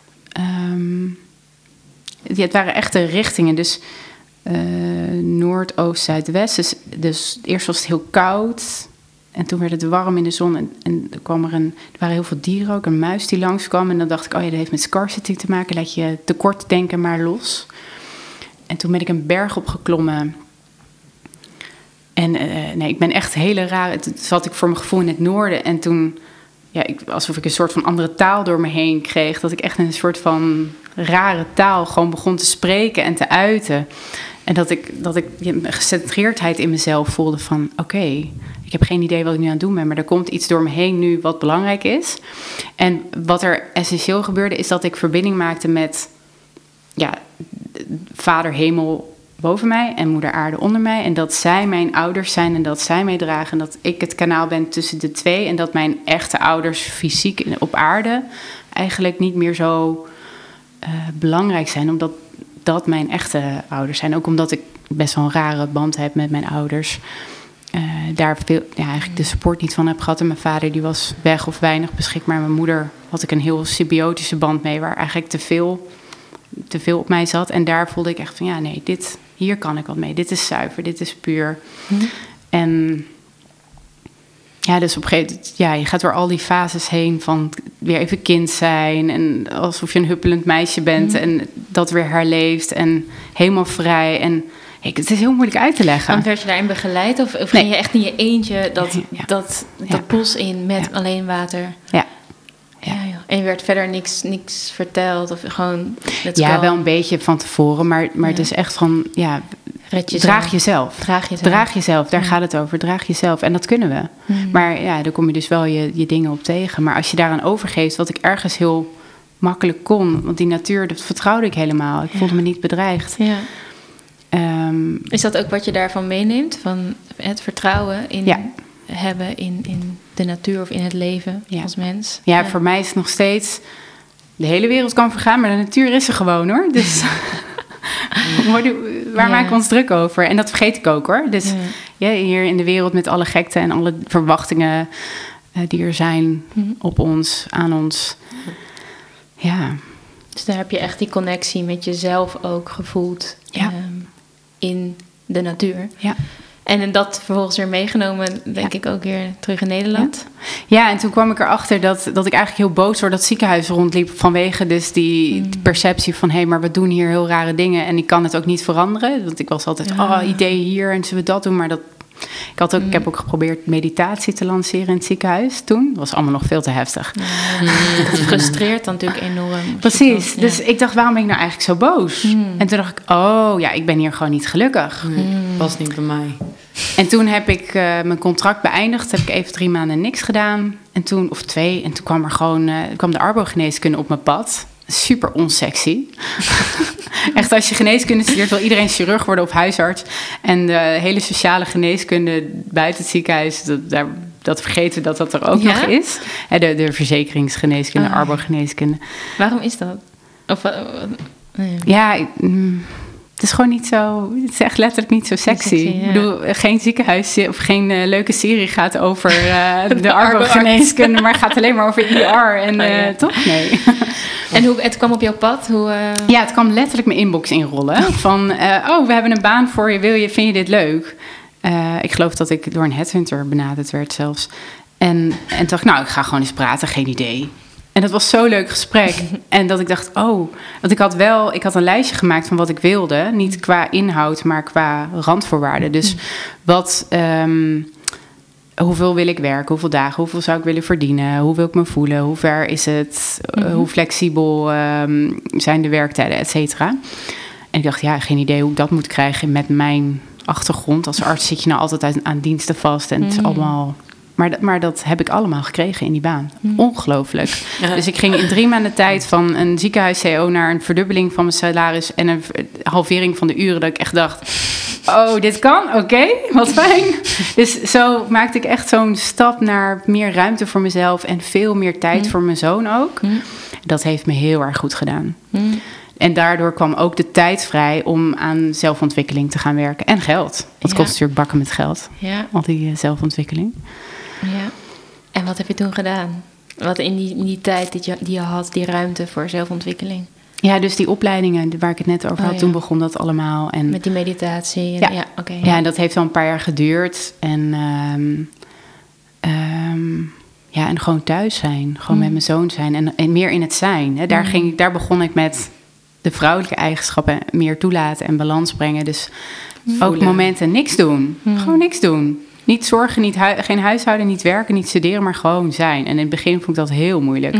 het waren echte richtingen, dus... Noord, Oost, Zuidwest. Dus eerst was het heel koud. En toen werd het warm in de zon. En er waren heel veel dieren ook. Een muis die langskwam. En dan dacht ik, dat heeft met scarcity te maken. Laat je tekort denken maar los. En toen ben ik een berg opgeklommen. En ik ben echt hele rare... Toen zat ik voor mijn gevoel in het noorden. En toen... alsof ik een soort van andere taal door me heen kreeg. Dat ik echt een soort van rare taal gewoon begon te spreken en te uiten. En dat ik een gecentreerdheid in mezelf voelde van... Oké, ik heb geen idee wat ik nu aan het doen ben, maar er komt iets door me heen nu wat belangrijk is. En wat er essentieel gebeurde, is dat ik verbinding maakte met Vader Hemel boven mij en Moeder Aarde onder mij. En dat zij mijn ouders zijn en dat zij mij dragen. En dat ik het kanaal ben tussen de twee. En dat mijn echte ouders fysiek op aarde eigenlijk niet meer zo belangrijk zijn. Omdat dat mijn echte ouders zijn. Ook omdat ik best wel een rare band heb met mijn ouders. Daar eigenlijk de support niet van heb gehad. En mijn vader die was weg of weinig beschikbaar. Mijn moeder had ik een heel symbiotische band mee. Waar eigenlijk te veel op mij zat. En daar voelde ik echt van hier kan ik wat mee. Dit is zuiver, dit is puur. En dus op een gegeven moment, je gaat door al die fases heen van weer even kind zijn. En alsof je een huppelend meisje bent en dat weer herleeft en helemaal vrij. En het is heel moeilijk uit te leggen. Want werd je daarin begeleid of ging je echt in je eentje dat bos in met alleen water? Ja. En je werd verder niks verteld of gewoon... wel een beetje van tevoren, maar het is echt van, draag jezelf. Draag jezelf, daar gaat het over. Draag jezelf. En dat kunnen we. Maar daar kom je dus wel je dingen op tegen. Maar als je daaraan overgeeft, wat ik ergens heel makkelijk kon, want die natuur, dat vertrouwde ik helemaal. Ik voelde me niet bedreigd. Ja. Is dat ook wat je daarvan meeneemt? Van het vertrouwen in hebben in de natuur of in het leven als mens? Ja, voor mij is het nog steeds... De hele wereld kan vergaan, maar de natuur is er gewoon, hoor. Dus waar maken we ons druk over? En dat vergeet ik ook, hoor. Dus hier in de wereld met alle gekte en alle verwachtingen die er zijn op ons, aan ons. Ja. Dus daar heb je echt die connectie met jezelf ook gevoeld in de natuur. Ja. En dat vervolgens weer meegenomen, denk ik, ook weer terug in Nederland. Ja, en toen kwam ik erachter dat ik eigenlijk heel boos door dat ziekenhuis rondliep. Vanwege dus die perceptie van, maar we doen hier heel rare dingen. En ik kan het ook niet veranderen. Want ik was altijd, ideeën hier en zullen we dat doen. Maar ik heb ook geprobeerd meditatie te lanceren in het ziekenhuis toen. Dat was allemaal nog veel te heftig. Dat frustreert dan natuurlijk enorm. Precies. Dus ik dacht, waarom ben ik nou eigenlijk zo boos? En toen dacht ik, ik ben hier gewoon niet gelukkig. Past niet bij mij. En toen heb ik mijn contract beëindigd. Heb ik even 3 maanden niks gedaan. En toen, of 2. En toen kwam er gewoon kwam de arbogeneeskunde op mijn pad. Super onsexy. Echt, als je geneeskunde studeert, wil iedereen chirurg worden of huisarts. En de hele sociale geneeskunde buiten het ziekenhuis, dat vergeten we dat er ook nog is. De verzekeringsgeneeskunde, arbogeneeskunde. Waarom is dat? Het is gewoon niet zo... Het is echt letterlijk niet zo sexy. Ik bedoel, geen ziekenhuis of geen leuke serie gaat over de arbogeneeskunde, maar gaat alleen maar over IR. En toch? Nee. En het kwam op jouw pad? Ja, het kwam letterlijk mijn inbox inrollen. Van, we hebben een baan voor je. Vind je dit leuk? Ik geloof dat ik door een headhunter benaderd werd zelfs. En toen dacht ik, ik ga gewoon eens praten. Geen idee. En dat was zo'n leuk gesprek. En dat ik dacht, want ik had een lijstje gemaakt van wat ik wilde. Niet qua inhoud, maar qua randvoorwaarden. Dus hoeveel wil ik werken? Hoeveel dagen? Hoeveel zou ik willen verdienen? Hoe wil ik me voelen? Hoe ver is het? Hoe flexibel zijn de werktijden, et cetera? En ik dacht, geen idee hoe ik dat moet krijgen met mijn achtergrond. Als arts zit je nou altijd aan diensten vast. En het is allemaal... Maar dat heb ik allemaal gekregen in die baan. Ongelooflijk. Ja. Dus ik ging in 3 maanden tijd van een ziekenhuis-CO naar een verdubbeling van mijn salaris en een halvering van de uren. Dat ik echt dacht, dit kan? Oké, wat fijn. Dus zo maakte ik echt zo'n stap naar meer ruimte voor mezelf en veel meer tijd voor mijn zoon ook. Dat heeft me heel erg goed gedaan. En daardoor kwam ook de tijd vrij om aan zelfontwikkeling te gaan werken. En geld. Dat kost natuurlijk bakken met geld. Ja. Al die zelfontwikkeling. Ja. En wat heb je toen gedaan? Wat in die tijd die je had, die ruimte voor zelfontwikkeling? Ja, dus die opleidingen waar ik het net over had, toen begon dat allemaal. En, met die meditatie? En dat heeft al een paar jaar geduurd. En, en gewoon thuis zijn. Gewoon met mijn zoon zijn. En meer in het zijn. Hè. Daar begon ik met de vrouwelijke eigenschappen meer toelaten en balans brengen. Dus ook momenten niks doen. Gewoon niks doen. Niet zorgen, geen huishouden, niet werken, niet studeren, maar gewoon zijn. En in het begin vond ik dat heel moeilijk.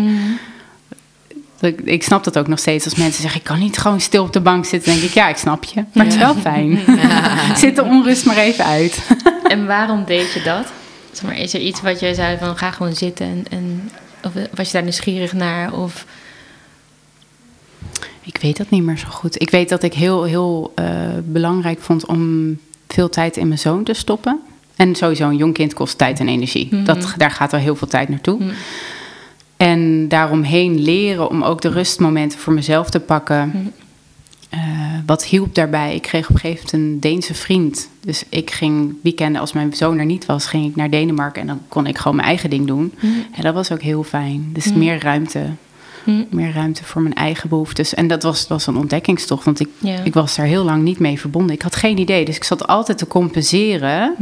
Ik snap dat ook nog steeds als mensen zeggen, ik kan niet gewoon stil op de bank zitten. Dan denk ik, ik snap je. Maar het is wel fijn. Zit de onrust maar even uit. En waarom deed je dat? zeg maar, is er iets wat je zei van ga gewoon zitten of was je daar nieuwsgierig naar? Of... Ik weet dat niet meer zo goed. Ik weet dat ik heel belangrijk vond om veel tijd in mijn zoon te stoppen. En sowieso een jong kind kost tijd en energie. Mm-hmm. Daar gaat wel heel veel tijd naartoe. Mm. En daaromheen leren om ook de rustmomenten voor mezelf te pakken. Mm. Wat hielp daarbij? Ik kreeg op een gegeven moment een Deense vriend. Dus ik ging weekenden, als mijn zoon er niet was, ging ik naar Denemarken. En dan kon ik gewoon mijn eigen ding doen. Mm. En dat was ook heel fijn. Dus meer ruimte. Meer ruimte voor mijn eigen behoeftes. En dat was een ontdekkingstocht. Want ik was daar heel lang niet mee verbonden. Ik had geen idee. Dus ik zat altijd te compenseren.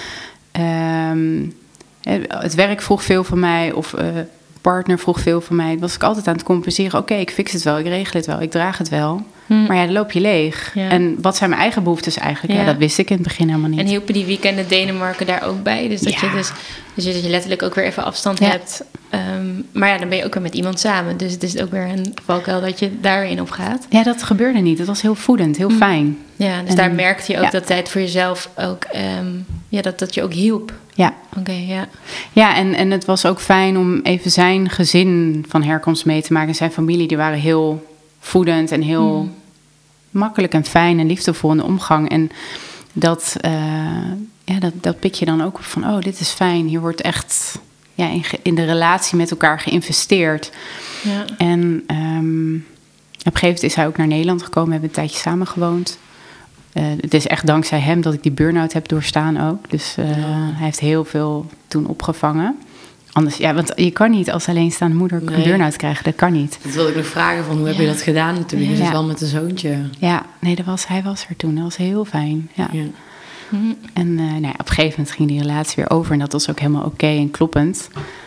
Het werk vroeg veel van mij. Of partner vroeg veel van mij. Was ik altijd aan het compenseren. Oké, ik fix het wel. Ik regel het wel. Ik draag het wel. Maar dan loop je leeg. Ja. En wat zijn mijn eigen behoeftes eigenlijk? Ja, dat wist ik in het begin helemaal niet. En hielpen die weekenden Denemarken daar ook bij? Dus dat je letterlijk ook weer even afstand hebt. Maar dan ben je ook weer met iemand samen. Dus het is ook weer een valkuil dat je daarin op gaat. Ja, dat gebeurde niet. Het was heel voedend, heel fijn. Ja, dus daar merkte je ook dat tijd voor jezelf ook... dat je ook hielp. Ja. Oké, ja. Ja, en het was ook fijn om even zijn gezin van herkomst mee te maken. Zijn familie, die waren heel voedend en heel makkelijk en fijn en liefdevol in de omgang. En dat pik je dan ook op van, dit is fijn. Hier wordt echt in de relatie met elkaar geïnvesteerd. Ja. En op een gegeven moment is hij ook naar Nederland gekomen. We hebben een tijdje samen gewoond. Het is echt dankzij hem dat ik die burn-out heb doorstaan ook. Dus hij heeft heel veel toen opgevangen. Anders, want je kan niet als alleenstaande moeder een burn-out krijgen. Dat kan niet. Dat wilde ik nog vragen, hoe heb je dat gedaan natuurlijk? Dus wel met een zoontje. Ja, nee, hij was er toen. Dat was heel fijn. Ja. En op een gegeven moment ging die relatie weer over. En dat was ook helemaal oké en kloppend.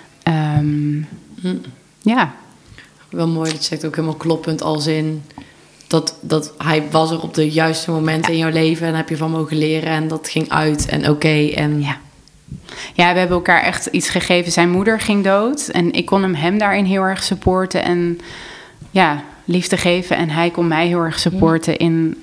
Ja. Wel mooi, dat zegt ook helemaal kloppend als in... Dat hij was er op de juiste momenten in jouw leven... en heb je van mogen leren en dat ging uit en oké. En... Ja, we hebben elkaar echt iets gegeven. Zijn moeder ging dood en ik kon hem daarin heel erg supporten... en liefde geven. En hij kon mij heel erg supporten in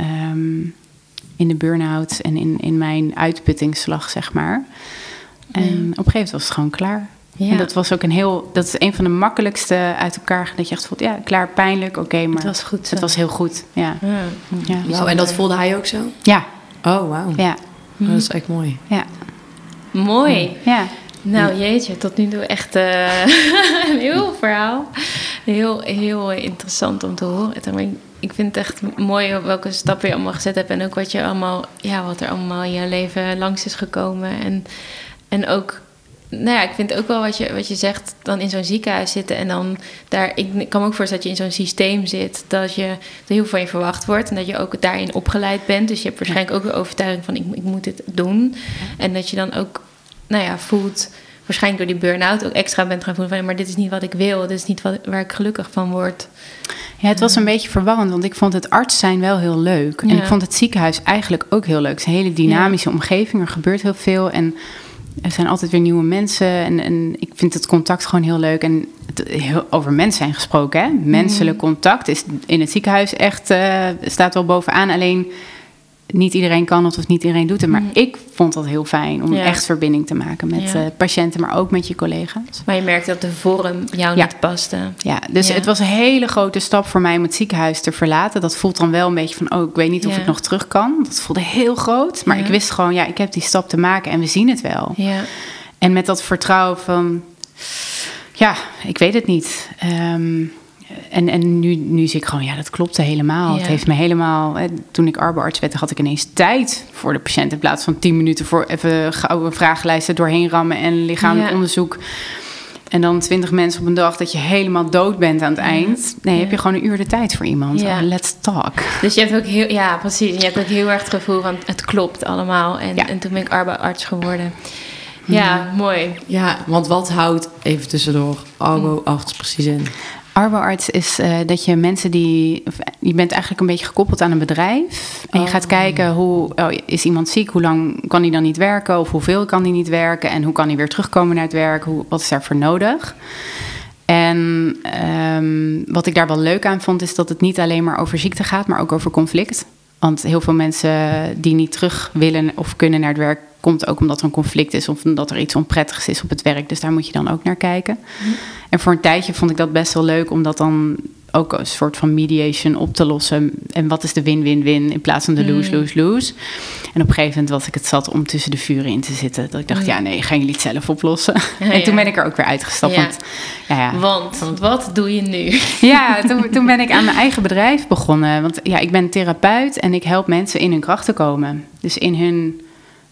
de burn-out... en in mijn uitputtingsslag, zeg maar. En op een gegeven moment was het gewoon klaar. Ja. En dat was ook dat is een van de makkelijkste uit elkaar... dat je echt voelt, klaar, pijnlijk, oké, maar... Het was goed. Het was heel goed, ja. Wow, en dat voelde hij ook zo? Ja. Oh, wauw. Ja. Dat is echt mooi. Ja. Mooi. Ja. Nou, jeetje, tot nu toe echt een heel verhaal. Heel interessant om te horen. Ik vind het echt mooi welke stappen je allemaal gezet hebt... en ook wat er allemaal in je leven langs is gekomen. En ook... ik vind ook wel wat je zegt, dan in zo'n ziekenhuis zitten en dan daar... Ik kan me ook voorstellen dat je in zo'n systeem zit, dat heel veel van je verwacht wordt en dat je ook daarin opgeleid bent. Dus je hebt waarschijnlijk ook de overtuiging van ik moet dit doen. Ja. En dat je dan ook, voelt, waarschijnlijk door die burn-out ook extra bent gaan voelen van... maar dit is niet wat ik wil, dit is niet waar ik gelukkig van word. Ja, het was een beetje verwarrend, want ik vond het arts zijn wel heel leuk. Ja. En ik vond het ziekenhuis eigenlijk ook heel leuk. Het is een hele dynamische omgeving, er gebeurt heel veel en... Er zijn altijd weer nieuwe mensen en ik vind het contact gewoon heel leuk. En over mens zijn gesproken, hè? Menselijk contact is in het ziekenhuis echt, staat wel bovenaan. Alleen niet iedereen kan het of niet iedereen doet het. Maar ik vond dat heel fijn om echt verbinding te maken met patiënten, maar ook met je collega's. Maar je merkt dat de vorm jou niet paste. Ja, dus het was een hele grote stap voor mij om het ziekenhuis te verlaten. Dat voelt dan wel een beetje van, ik weet niet of ik nog terug kan. Dat voelde heel groot, maar ik wist gewoon, ik heb die stap te maken en we zien het wel. Ja. En met dat vertrouwen van, ik weet het niet. En nu zie ik gewoon, dat klopte helemaal. Ja. Het heeft me helemaal... Toen ik arbeidsarts werd, had ik ineens tijd voor de patiënt... in plaats van 10 minuten voor even gouden vragenlijsten doorheen rammen... en lichamelijk onderzoek. En dan 20 mensen op een dag dat je helemaal dood bent aan het eind. Nee, heb je gewoon een uur de tijd voor iemand. Ja. Let's talk. Dus je hebt ook precies. Je hebt ook heel erg het gevoel van het klopt allemaal. En toen ben ik arbeidsarts geworden. Ja, mooi. Ja, want wat houdt, even tussendoor, arbo-arts precies in? Arbo-arts is dat je mensen je bent eigenlijk een beetje gekoppeld aan een bedrijf. En je gaat kijken, is iemand ziek? Hoe lang kan hij dan niet werken? Of hoeveel kan hij niet werken? En hoe kan hij weer terugkomen naar het werk? Wat is daarvoor nodig? En wat ik daar wel leuk aan vond, is dat het niet alleen maar over ziekte gaat, maar ook over conflict. Want heel veel mensen die niet terug willen of kunnen naar het werk, komt ook omdat er een conflict is of omdat er iets onprettigs is op het werk. Dus daar moet je dan ook naar kijken. En voor een tijdje vond ik dat best wel leuk om dat dan ook een soort van mediation op te lossen. En wat is de win-win-win in plaats van de lose-lose-lose? En op een gegeven moment was ik het zat om tussen de vuren in te zitten. Dat ik dacht, gaan jullie het zelf oplossen? En toen ben ik er ook weer uitgestapt. Want wat doe je nu? Ja, toen ben ik aan mijn eigen bedrijf begonnen. Want ik ben therapeut en ik help mensen in hun kracht te komen. Dus in hun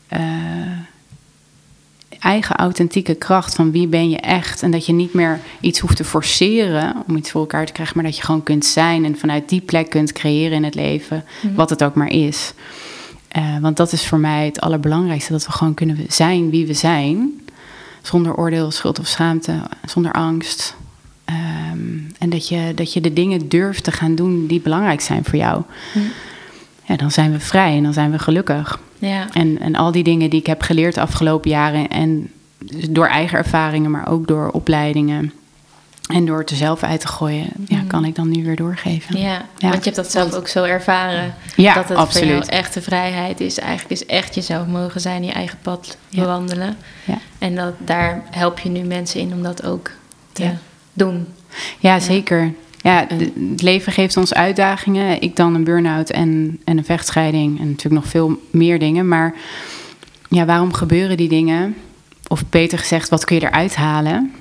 eigen authentieke kracht van wie ben je echt. En dat je niet meer iets hoeft te forceren om iets voor elkaar te krijgen, maar dat je gewoon kunt zijn en vanuit die plek kunt creëren in het leven, wat het ook maar is. Want dat is voor mij het allerbelangrijkste, dat we gewoon kunnen zijn wie we zijn, zonder oordeel, schuld of schaamte, zonder angst. En dat je de dingen durft te gaan doen die belangrijk zijn voor jou. Ja, dan zijn we vrij en dan zijn we gelukkig. Ja. En al die dingen die ik heb geleerd de afgelopen jaren, en door eigen ervaringen, maar ook door opleidingen en door het er zelf uit te gooien, kan ik dan nu weer doorgeven. Ja, want je hebt dat zelf ook zo ervaren. Ja, dat het absoluut. voor jou echte vrijheid is. Eigenlijk is echt jezelf mogen zijn, je eigen pad bewandelen. Ja. En daar help je nu mensen in om dat ook te doen. Ja, zeker. Ja, het leven geeft ons uitdagingen. Ik dan een burn-out en een vechtscheiding en natuurlijk nog veel meer dingen. Maar waarom gebeuren die dingen? Of beter gezegd, wat kun je eruit halen?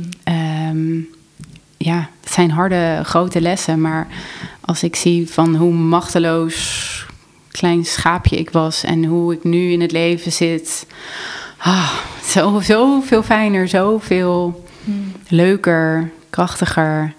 Het zijn harde, grote lessen. Maar als ik zie van hoe machteloos klein schaapje ik was en hoe ik nu in het leven zit, zo veel fijner, zoveel leuker, krachtiger,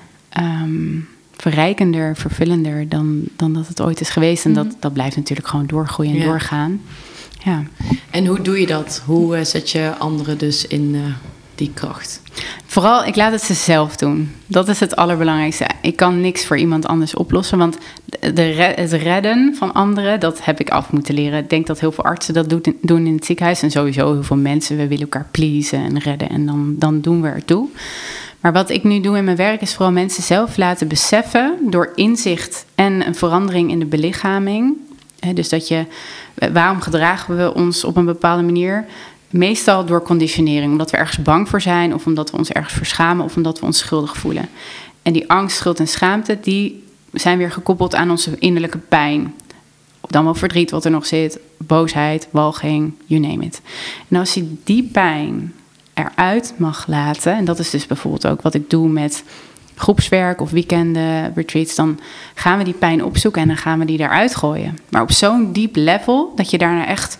verrijkender, vervullender dan dat het ooit is geweest. En dat blijft natuurlijk gewoon doorgroeien en doorgaan. Ja. En hoe doe je dat? Hoe zet je anderen dus in die kracht? Vooral, ik laat het ze zelf doen. Dat is het allerbelangrijkste. Ik kan niks voor iemand anders oplossen, want het redden van anderen, dat heb ik af moeten leren. Ik denk dat heel veel artsen dat doen in het ziekenhuis en sowieso heel veel mensen. We willen elkaar pleasen en redden en dan doen we ertoe. Maar wat ik nu doe in mijn werk is vooral mensen zelf laten beseffen door inzicht en een verandering in de belichaming. Dus waarom gedragen we ons op een bepaalde manier? Meestal door conditionering, omdat we ergens bang voor zijn of omdat we ons ergens verschamen of omdat we ons schuldig voelen. En die angst, schuld en schaamte, die zijn weer gekoppeld aan onze innerlijke pijn. Of dan wel verdriet wat er nog zit, boosheid, walging, you name it. En als je die pijn eruit mag laten, en dat is dus bijvoorbeeld ook wat ik doe met groepswerk of weekenden, retreats, dan gaan we die pijn opzoeken en dan gaan we die eruit gooien. Maar op zo'n diep level dat je daarna echt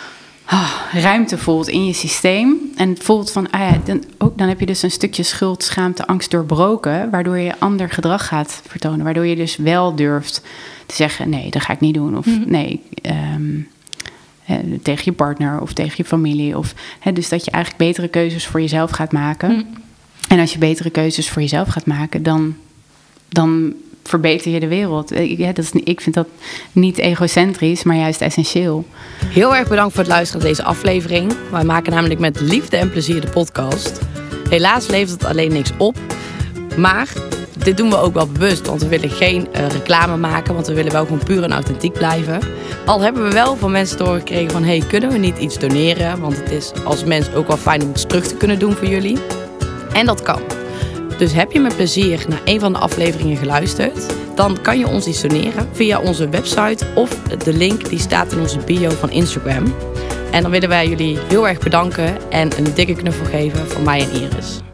ruimte voelt in je systeem. En het voelt van, dan heb je dus een stukje schuld, schaamte, angst doorbroken, waardoor je ander gedrag gaat vertonen. Waardoor je dus wel durft te zeggen, nee, dat ga ik niet doen. Of nee, tegen je partner of tegen je familie. Dus dat je eigenlijk betere keuzes voor jezelf gaat maken. En als je betere keuzes voor jezelf gaat maken, dan verbeter je de wereld. Ik vind dat niet egocentrisch, maar juist essentieel. Heel erg bedankt voor het luisteren naar deze aflevering. Wij maken namelijk met liefde en plezier de podcast. Helaas levert het alleen niks op. Maar dit doen we ook wel bewust, want we willen geen reclame maken, want we willen wel gewoon puur en authentiek blijven. Al hebben we wel van mensen te horen gekregen van, kunnen we niet iets doneren? Want het is als mens ook wel fijn om iets terug te kunnen doen voor jullie. En dat kan. Dus heb je met plezier naar een van de afleveringen geluisterd, dan kan je ons iets doneren via onze website of de link die staat in onze bio van Instagram. En dan willen wij jullie heel erg bedanken en een dikke knuffel geven van mij en Iris.